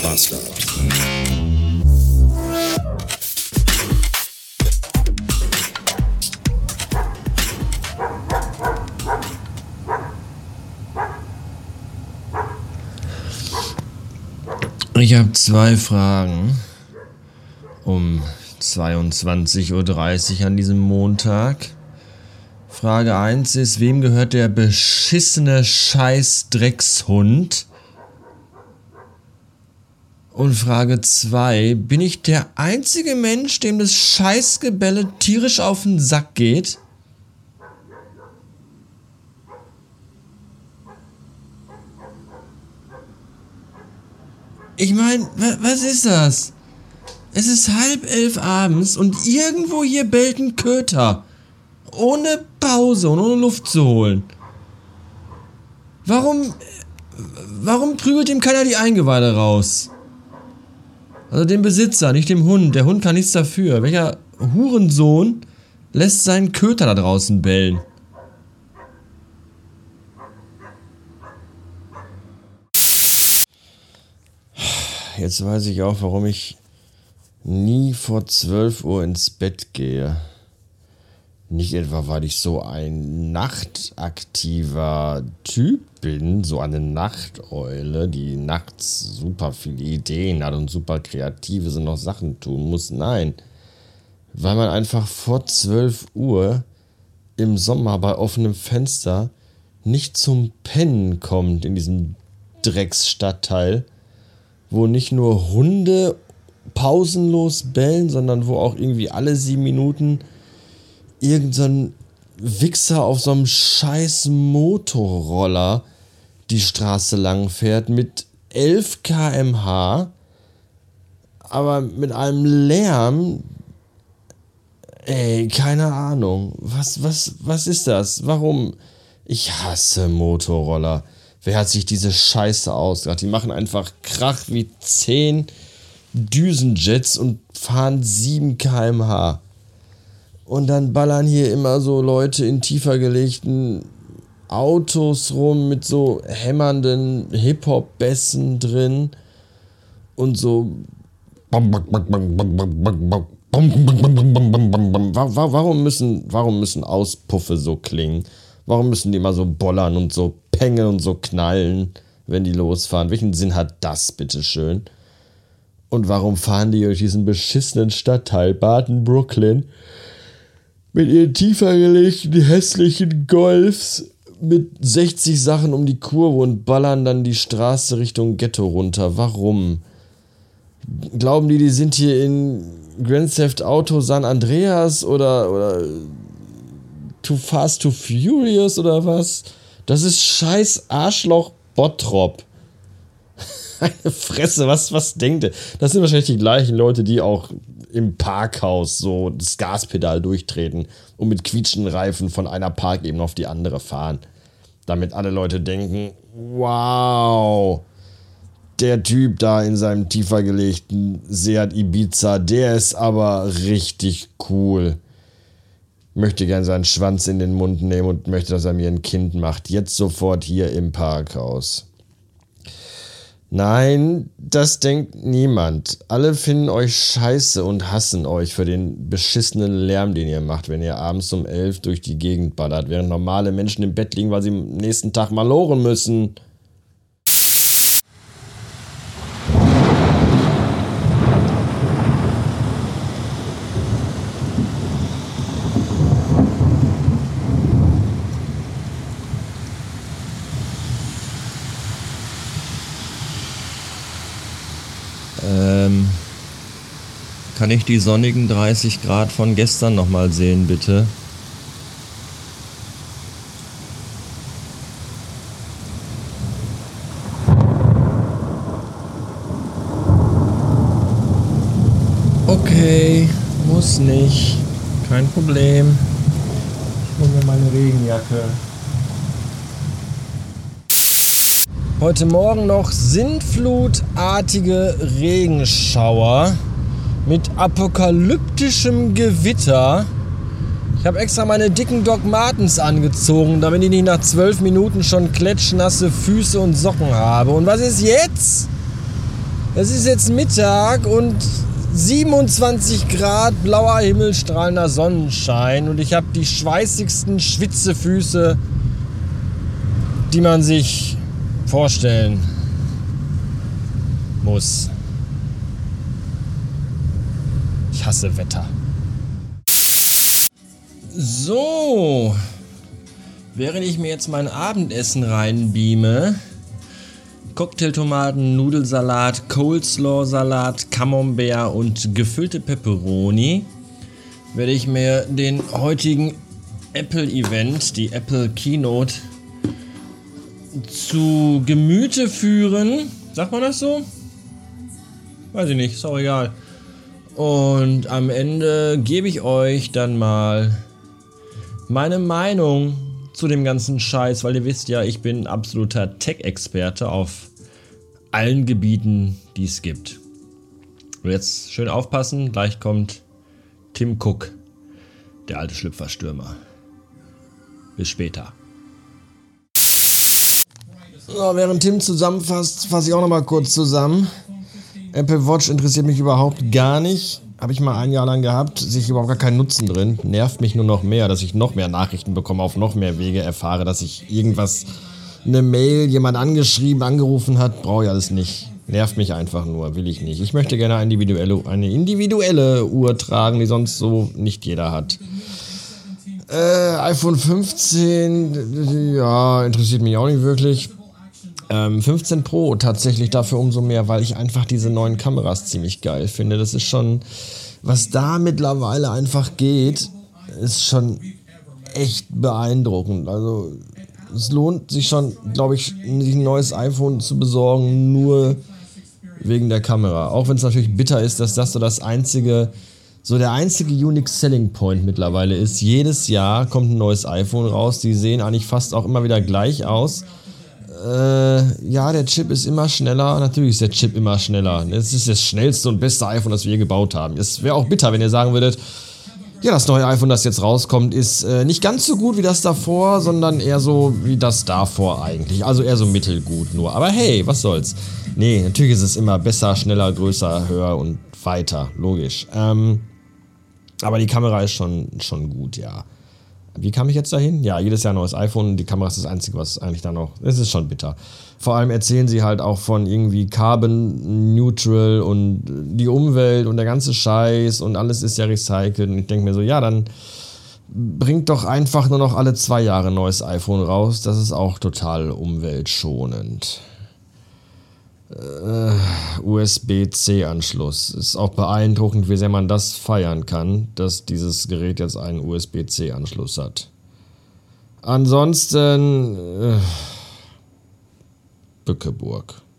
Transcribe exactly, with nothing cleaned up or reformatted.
Bastard. Ich habe zwei Fragen um zweiundzwanzig Uhr dreißig an diesem Montag. Frage eins ist, wem gehört der beschissene Scheiß-Dreckshund? Und Frage zwei, bin ich der einzige Mensch, dem das Scheißgebälle tierisch auf den Sack geht? Ich meine, was ist das? Es ist halb elf abends und irgendwo hier bellt ein Köter. Ohne Pause und ohne Luft zu holen. Warum, warum prügelt ihm keiner die Eingeweide raus? Also dem Besitzer, nicht dem Hund. Der Hund kann nichts dafür. Welcher Hurensohn lässt seinen Köter da draußen bellen? Jetzt weiß ich auch, warum ich nie vor zwölf Uhr ins Bett gehe. Nicht etwa, weil ich so ein nachtaktiver Typ bin, so eine Nachteule, die nachts super viele Ideen hat und super kreative sind, noch Sachen tun muss. Nein, weil man einfach vor zwölf Uhr im Sommer bei offenem Fenster nicht zum Pennen kommt in diesem Drecksstadtteil, wo nicht nur Hunde pausenlos bellen, sondern wo auch irgendwie alle sieben Minuten irgend so ein Wichser auf so einem scheiß Motorroller die Straße lang fährt mit elf Kilometer pro Stunde, aber mit einem Lärm, ey, keine Ahnung, was, was, was ist das? Warum? Ich hasse Motorroller. Wer hat sich diese Scheiße ausgedacht? Die machen einfach Krach wie zehn Düsenjets und fahren sieben Kilometer pro Stunde. Und dann ballern hier immer so Leute in tiefer gelegten Autos rum mit so hämmernden Hip-Hop-Bässen drin und so. Warum müssen, warum müssen Auspuffe so klingen? Warum müssen die immer so bollern und so pengeln und so knallen, wenn die losfahren? Welchen Sinn hat das, bitteschön? Und warum fahren die durch diesen beschissenen Stadtteil Baden-Brooklyn mit ihren tiefer gelegten, hässlichen Golfs mit sechzig Sachen um die Kurve und ballern dann die Straße Richtung Ghetto runter? Warum? Glauben die, die sind hier in Grand Theft Auto San Andreas oder, oder Too Fast, Too Furious oder was? Das ist scheiß Arschloch Bottrop. Eine Fresse, was, was denkt ihr? Das sind wahrscheinlich die gleichen Leute, die auch im Parkhaus so das Gaspedal durchtreten und mit quietschenden Reifen von einer Parkebene auf die andere fahren. Damit alle Leute denken, wow, der Typ da in seinem tiefer gelegten Seat Ibiza, der ist aber richtig cool. Möchte gern seinen Schwanz in den Mund nehmen und möchte, dass er mir ein Kind macht. Jetzt sofort hier im Parkhaus. Nein, das denkt niemand. Alle finden euch scheiße und hassen euch für den beschissenen Lärm, den ihr macht, wenn ihr abends um elf durch die Gegend ballert, während normale Menschen im Bett liegen, weil sie am nächsten Tag malochen müssen. Ähm, kann ich die sonnigen dreißig Grad von gestern nochmal sehen, bitte? Okay, muss nicht. Kein Problem. Ich hole mir meine Regenjacke. Heute Morgen noch sintflutartige Regenschauer mit apokalyptischem Gewitter. Ich habe extra meine dicken Doc Martens angezogen, damit ich nicht nach zwölf Minuten schon klatschnasse Füße und Socken habe. Und was ist jetzt? Es ist jetzt Mittag und siebenundzwanzig Grad, blauer Himmel, strahlender Sonnenschein und ich habe die schweißigsten Schwitzefüße, die man sich vorstellen muss. Ich hasse Wetter. So, während ich mir jetzt mein Abendessen reinbeame, Cocktailtomaten, Nudelsalat, Coleslaw-Salat, Camembert und gefüllte Pepperoni, werde ich mir den heutigen Apple-Event, die Apple Keynote, zu Gemüte führen. Sagt man das so? Weiß ich nicht, ist auch egal. Und am Ende gebe ich euch dann mal meine Meinung zu dem ganzen Scheiß, weil ihr wisst ja, ich bin absoluter Tech-Experte auf allen Gebieten, die es gibt. Und jetzt schön aufpassen, gleich kommt Tim Cook, der alte Schlüpferstürmer. Bis später. So, während Tim zusammenfasst, fasse ich auch noch mal kurz zusammen. Apple Watch interessiert mich überhaupt gar nicht. Habe ich mal ein Jahr lang gehabt, sehe ich überhaupt gar keinen Nutzen drin. Nervt mich nur noch mehr, dass ich noch mehr Nachrichten bekomme, auf noch mehr Wege erfahre, dass ich irgendwas, eine Mail, jemand angeschrieben, angerufen hat, brauche ich alles nicht. Nervt mich einfach nur, will ich nicht. Ich möchte gerne eine individuelle, eine individuelle Uhr tragen, die sonst so nicht jeder hat. Äh, iPhone fünfzehn, ja, interessiert mich auch nicht wirklich. Ähm, fünfzehn Pro tatsächlich dafür umso mehr, weil ich einfach diese neuen Kameras ziemlich geil finde. Das ist schon, was da mittlerweile einfach geht, ist schon echt beeindruckend. Also es lohnt sich schon, glaube ich, sich ein neues iPhone zu besorgen, nur wegen der Kamera. Auch wenn es natürlich bitter ist, dass das so das einzige, so der einzige Unique Selling Point mittlerweile ist. Jedes Jahr kommt ein neues iPhone raus, die sehen eigentlich fast auch immer wieder gleich aus. Äh, ja, der Chip ist immer schneller. Natürlich ist der Chip immer schneller. Es ist das schnellste und beste iPhone, das wir je gebaut haben. Es wäre auch bitter, wenn ihr sagen würdet, ja, das neue iPhone, das jetzt rauskommt, ist äh, nicht ganz so gut wie das davor, sondern eher so wie das davor eigentlich. Also eher so mittelgut nur. Aber hey, was soll's. Nee, natürlich ist es immer besser, schneller, größer, höher und weiter. Logisch. Ähm, aber die Kamera ist schon, schon gut, ja. Wie kam ich jetzt dahin? Ja, jedes Jahr ein neues iPhone. Die Kamera ist das Einzige, was eigentlich da noch... Es ist schon bitter. Vor allem erzählen sie halt auch von irgendwie Carbon Neutral und die Umwelt und der ganze Scheiß und alles ist ja recycelt. Und ich denke mir so, ja, dann bringt doch einfach nur noch alle zwei Jahre ein neues iPhone raus. Das ist auch total umweltschonend. Uh, U S B C Anschluss. Ist auch beeindruckend, wie sehr man das feiern kann, dass dieses Gerät jetzt einen U S B C Anschluss hat. Ansonsten... Uh, Bückeburg.